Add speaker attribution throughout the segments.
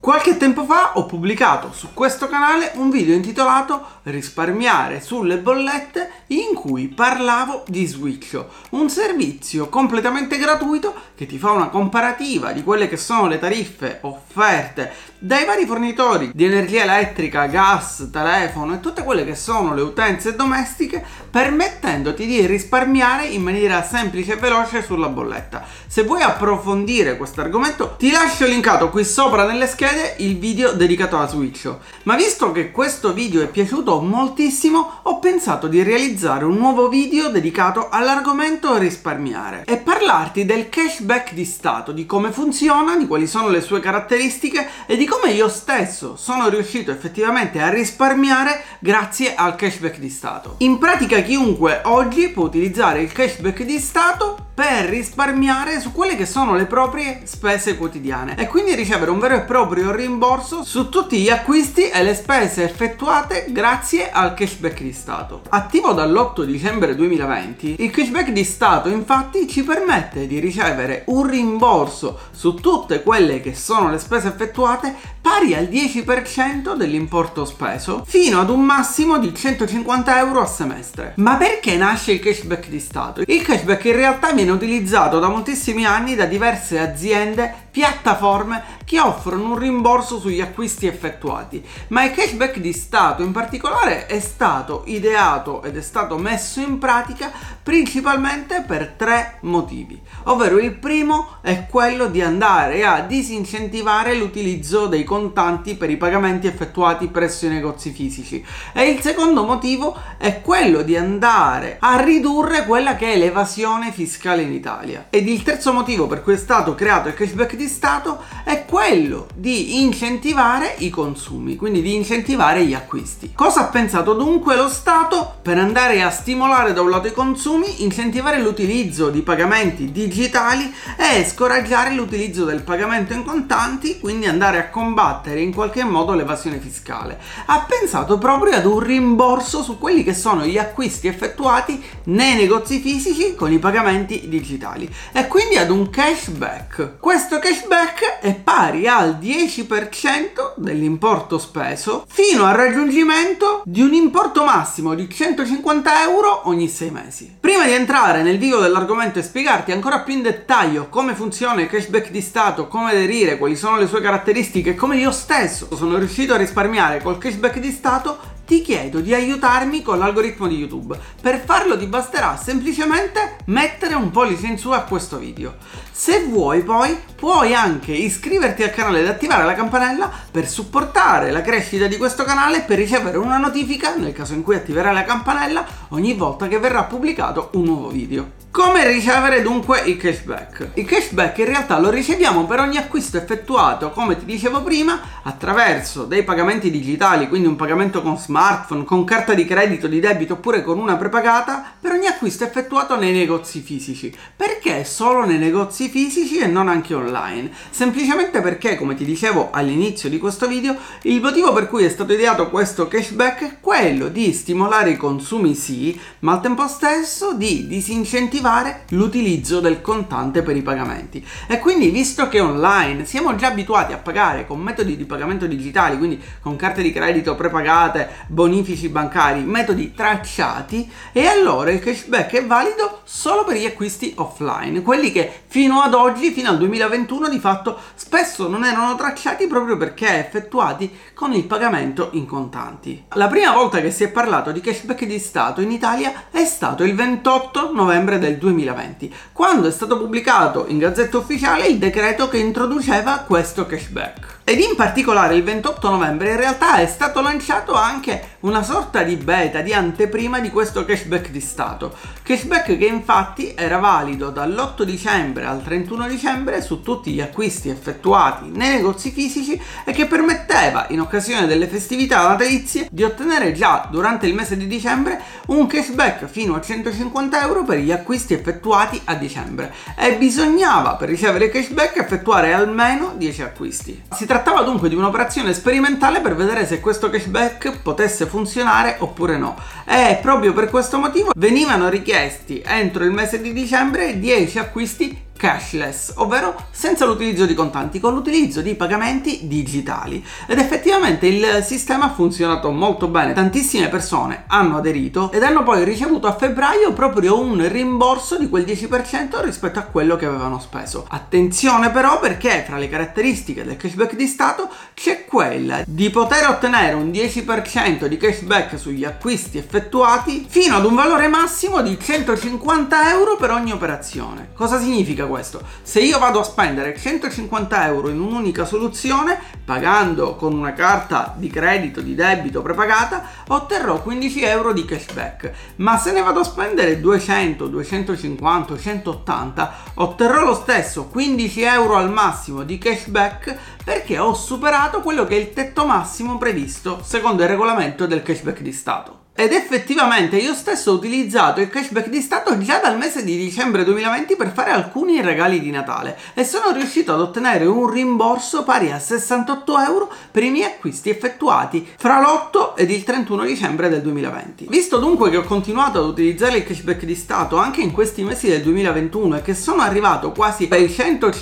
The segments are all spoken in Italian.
Speaker 1: Qualche tempo fa ho pubblicato su questo canale un video intitolato Risparmiare sulle bollette, in cui parlavo di Switcho, un servizio completamente gratuito che ti fa una comparativa di quelle che sono le tariffe offerte dai vari fornitori di energia elettrica, gas, telefono e tutte quelle che sono le utenze domestiche, permettendoti di risparmiare in maniera semplice e veloce sulla bolletta. Se vuoi approfondire questo argomento ti lascio linkato qui sopra nelle schede il video dedicato alla Switcho, ma visto che questo video è piaciuto moltissimo ho pensato di realizzare un nuovo video dedicato all'argomento risparmiare e parlarti del cashback di Stato, di come funziona, di quali sono le sue caratteristiche e di come io stesso sono riuscito effettivamente a risparmiare grazie al cashback di Stato. In pratica chiunque oggi può utilizzare il cashback di Stato per risparmiare su quelle che sono le proprie spese quotidiane e quindi ricevere un vero e proprio rimborso su tutti gli acquisti e le spese effettuate grazie al cashback di Stato. Attivo dall'8 dicembre 2020, il cashback di Stato infatti ci permette di ricevere un rimborso su tutte quelle che sono le spese effettuate pari al 10% dell'importo speso fino ad un massimo di 150 euro a semestre. Ma perché nasce il cashback di Stato? Il cashback in realtà viene utilizzato da moltissimi anni da diverse aziende, piattaforme che offrono un rimborso sugli acquisti effettuati, ma il cashback di Stato in particolare è stato ideato ed è stato messo in pratica principalmente per tre motivi, ovvero il primo è quello di andare a disincentivare l'utilizzo dei contanti per i pagamenti effettuati presso i negozi fisici e il secondo motivo è quello di andare a ridurre quella che è l'evasione fiscale in Italia, ed il terzo motivo per cui è stato creato il cashback di Stato è quello di incentivare i consumi, quindi di incentivare gli acquisti. Cosa ha pensato dunque lo Stato per andare a stimolare da un lato i consumi, incentivare l'utilizzo di pagamenti digitali e scoraggiare l'utilizzo del pagamento in contanti, quindi andare a combattere in qualche modo l'evasione fiscale? Ha pensato proprio ad un rimborso su quelli che sono gli acquisti effettuati nei negozi fisici con i pagamenti digitali e quindi ad un cashback. Questo cashback è pari al 10% dell'importo speso fino al raggiungimento di un importo massimo di 150 euro ogni 6 mesi. Prima di entrare nel vivo dell'argomento e spiegarti ancora più in dettaglio come funziona il cashback di Stato, come aderire, quali sono le sue caratteristiche e come io stesso sono riuscito a risparmiare col cashback di Stato, ti chiedo di aiutarmi con l'algoritmo di YouTube. Per farlo ti basterà semplicemente mettere un pollice in su a questo video. Se vuoi poi puoi anche iscriverti al canale ed attivare la campanella per supportare la crescita di questo canale e per ricevere una notifica nel caso in cui attiverai la campanella ogni volta che verrà pubblicato un nuovo video. Come ricevere dunque il cashback? Il cashback in realtà lo riceviamo per ogni acquisto effettuato, come ti dicevo prima, attraverso dei pagamenti digitali, quindi un pagamento con smartphone, con carta di credito, di debito oppure con una prepagata, per ogni acquisto effettuato nei negozi fisici. Perché solo nei negozi fisici e non anche online? Semplicemente perché, come ti dicevo all'inizio di questo video, il motivo per cui è stato ideato questo cashback è quello di stimolare i consumi sì, ma al tempo stesso di disincentivare l'utilizzo del contante per i pagamenti. E quindi, visto che online siamo già abituati a pagare con metodi di pagamento digitali, quindi con carte di credito prepagate, bonifici bancari, metodi tracciati, e allora il cashback è valido solo per gli acquisti offline, quelli che fino ad oggi, fino al 2021, di fatto spesso non erano tracciati proprio perché effettuati con il pagamento in contanti. La prima volta che si è parlato di cashback di Stato in Italia è stato il 28 novembre del 2020, quando è stato pubblicato in Gazzetta Ufficiale il decreto che introduceva questo cashback. Ed in particolare il 28 novembre in realtà è stato lanciato anche una sorta di beta, di anteprima di questo cashback di Stato. Cashback che infatti era valido dall'8 dicembre al 31 dicembre su tutti gli acquisti effettuati nei negozi fisici e che permetteva, in occasione delle festività natalizie, di ottenere già durante il mese di dicembre un cashback fino a 150 euro per gli acquisti effettuati a dicembre. E bisognava, per ricevere il cashback, effettuare almeno 10 acquisti. Si trattava dunque di un'operazione sperimentale per vedere se questo cashback potesse funzionare oppure no, e proprio per questo motivo venivano richiesti entro il mese di dicembre 10 acquisti cashless, ovvero senza l'utilizzo di contanti, con l'utilizzo di pagamenti digitali. Ed effettivamente il sistema ha funzionato molto bene, tantissime persone hanno aderito ed hanno poi ricevuto a febbraio proprio un rimborso di quel 10% rispetto a quello che avevano speso. Attenzione però, perché fra le caratteristiche del cashback di Stato c'è quella di poter ottenere un 10% di cashback sugli acquisti effettuati fino ad un valore massimo di 150 euro per ogni operazione. Cosa significa questo? Se io vado a spendere 150 euro in un'unica soluzione, pagando con una carta di credito, di debito prepagata, otterrò 15 euro di cashback. Ma se ne vado a spendere 200, 250, 180, otterrò lo stesso 15 euro al massimo di cashback, perché ho superato quello che è il tetto massimo previsto secondo il regolamento del cashback di Stato. Ed effettivamente io stesso ho utilizzato il cashback di Stato già dal mese di dicembre 2020 per fare alcuni regali di Natale e sono riuscito ad ottenere un rimborso pari a 68 euro per i miei acquisti effettuati fra l'8 ed il 31 dicembre del 2020. Visto dunque che ho continuato ad utilizzare il cashback di Stato anche in questi mesi del 2021 e che sono arrivato quasi ai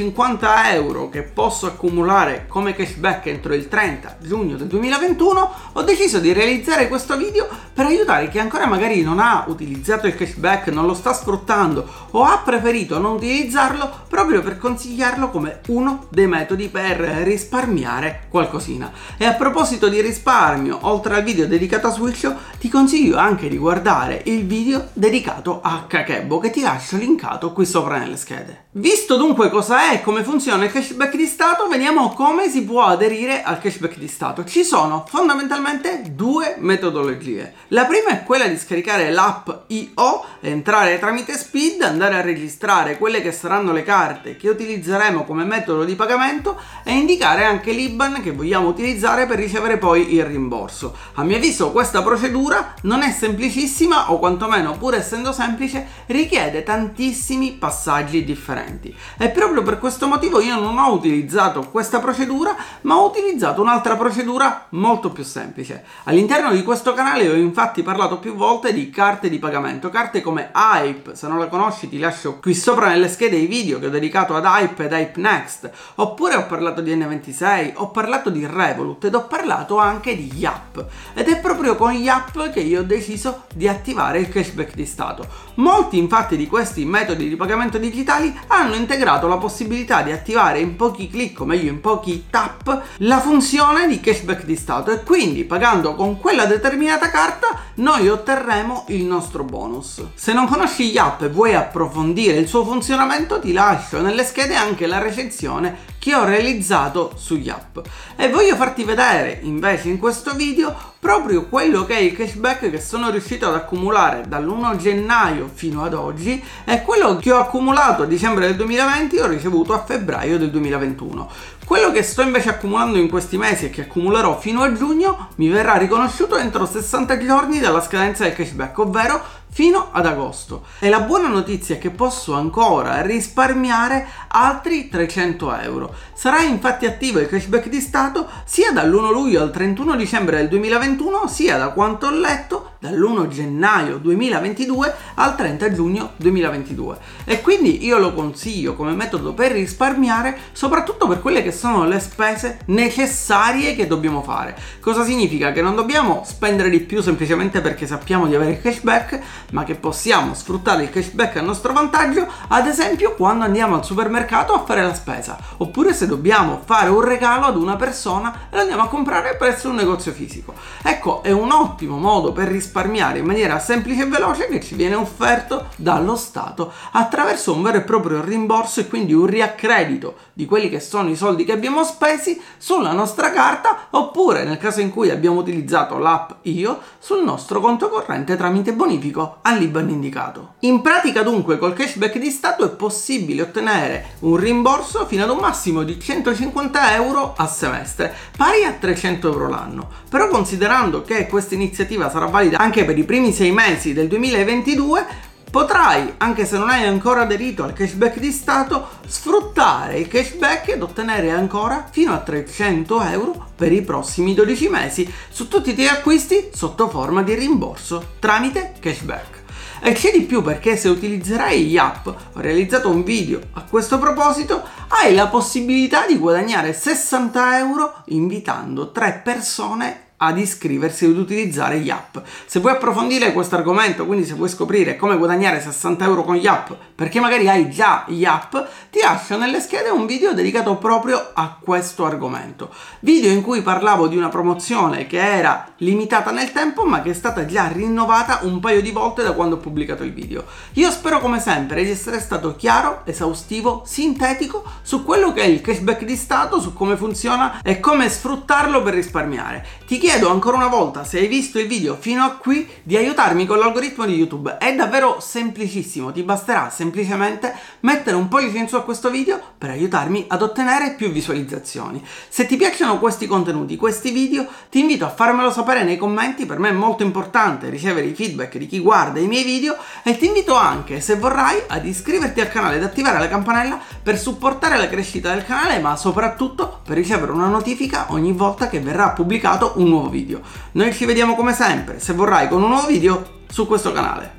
Speaker 1: 150 euro che posso accumulare come cashback entro il 30 giugno del 2021, ho deciso di realizzare questo video per aiutare chi ancora magari non ha utilizzato il cashback, non lo sta sfruttando o ha preferito non utilizzarlo, proprio per consigliarlo come uno dei metodi per risparmiare qualcosina. E a proposito di risparmio, oltre al video dedicato a Switcho, ti consiglio anche di guardare il video dedicato a Kakebo, che ti lascio linkato qui sopra nelle schede. Visto dunque cosa è e come funziona il cashback di Stato, vediamo come si può aderire al cashback di Stato. Ci sono fondamentalmente due metodologie. La prima è quella di scaricare l'app IO, entrare tramite Speed, andare a registrare quelle che saranno le carte che utilizzeremo come metodo di pagamento e indicare anche l'IBAN che vogliamo utilizzare per ricevere poi il rimborso. A mio avviso questa procedura non è semplicissima, o quantomeno, pur essendo semplice, richiede tantissimi passaggi differenti. E proprio per questo motivo io non ho utilizzato questa procedura, ma ho utilizzato un'altra procedura molto più semplice. All'interno di questo canale ho infatti parlato più volte di carte di pagamento, carte come Hype. Se non la conosci ti lascio qui sopra nelle schede i video che ho dedicato ad Hype ed Hype Next, oppure ho parlato di N26, ho parlato di Revolut ed ho parlato anche di Yap, ed è proprio con Yap che io ho deciso di attivare il cashback di Stato. Molti infatti di questi metodi di pagamento digitali hanno integrato la possibilità di attivare in pochi clic, o meglio in pochi tap, la funzione di cashback di Stato, e quindi pagando con quella determinata carta noi otterremo il nostro bonus. Se non conosci Yap e vuoi approfondire il suo funzionamento, ti lascio nelle schede anche la recensione che ho realizzato su Yap. E voglio farti vedere invece in questo video proprio quello che è il cashback che sono riuscito ad accumulare dall'1 gennaio fino ad oggi, e quello che ho accumulato a dicembre del 2020 ho ricevuto a febbraio del 2021. Quello che sto invece accumulando in questi mesi e che accumulerò fino a giugno mi verrà riconosciuto entro 60 giorni dalla scadenza del cashback, ovvero fino ad agosto. E la buona notizia è che posso ancora risparmiare altri 300 euro. Sarà infatti attivo il cashback di Stato sia dall'1 luglio al 31 dicembre del 2021, sia, da quanto ho letto, dall'1 gennaio 2022 al 30 giugno 2022. E quindi io lo consiglio come metodo per risparmiare, soprattutto per quelle che sono le spese necessarie che dobbiamo fare. Cosa significa? Che non dobbiamo spendere di più semplicemente perché sappiamo di avere il cashback, ma che possiamo sfruttare il cashback a nostro vantaggio, ad esempio quando andiamo al supermercato a fare la spesa, oppure se dobbiamo fare un regalo ad una persona e lo andiamo a comprare presso un negozio fisico. Ecco, è un ottimo modo per risparmiare in maniera semplice e veloce che ci viene offerto dallo Stato attraverso un vero e proprio rimborso, e quindi un riaccredito di quelli che sono i soldi che abbiamo spesi sulla nostra carta, oppure nel caso in cui abbiamo utilizzato l'app IO, sul nostro conto corrente tramite bonifico all'IBAN indicato. In pratica dunque col cashback di Stato è possibile ottenere un rimborso fino ad un massimo di 150 euro a semestre, pari a 300 euro l'anno. Però considerando che questa iniziativa sarà valida anche per i primi 6 mesi del 2022, potrai, anche se non hai ancora aderito al cashback di Stato, sfruttare il cashback ed ottenere ancora fino a 300 euro per i prossimi 12 mesi su tutti i tuoi acquisti sotto forma di rimborso tramite cashback. E c'è di più, perché se utilizzerai Yap, ho realizzato un video a questo proposito, hai la possibilità di guadagnare 60 euro invitando 3 persone ad iscriversi ed utilizzare Yap. Se vuoi approfondire questo argomento, quindi se vuoi scoprire come guadagnare 60 euro con Yap, perché magari hai già Yap, ti lascio nelle schede un video dedicato proprio a questo argomento. Video in cui parlavo di una promozione che era limitata nel tempo, ma che è stata già rinnovata un paio di volte da quando ho pubblicato il video. Io spero come sempre di essere stato chiaro, esaustivo, sintetico su quello che è il cashback di Stato, su come funziona e come sfruttarlo per risparmiare. Ti chiedo ancora una volta, se hai visto il video fino a qui, di aiutarmi con l'algoritmo di YouTube. È davvero semplicissimo, ti basterà semplicemente mettere un pollice in su a questo video per aiutarmi ad ottenere più visualizzazioni. Se ti piacciono questi contenuti, questi video, ti invito a farmelo sapere nei commenti. Per me è molto importante ricevere i feedback di chi guarda i miei video, e ti invito anche, se vorrai, ad iscriverti al canale ed attivare la campanella per supportare la crescita del canale, ma soprattutto per ricevere una notifica ogni volta che verrà pubblicato un nuovo video. Noi ci vediamo come sempre, se vorrai, con un nuovo video su questo canale.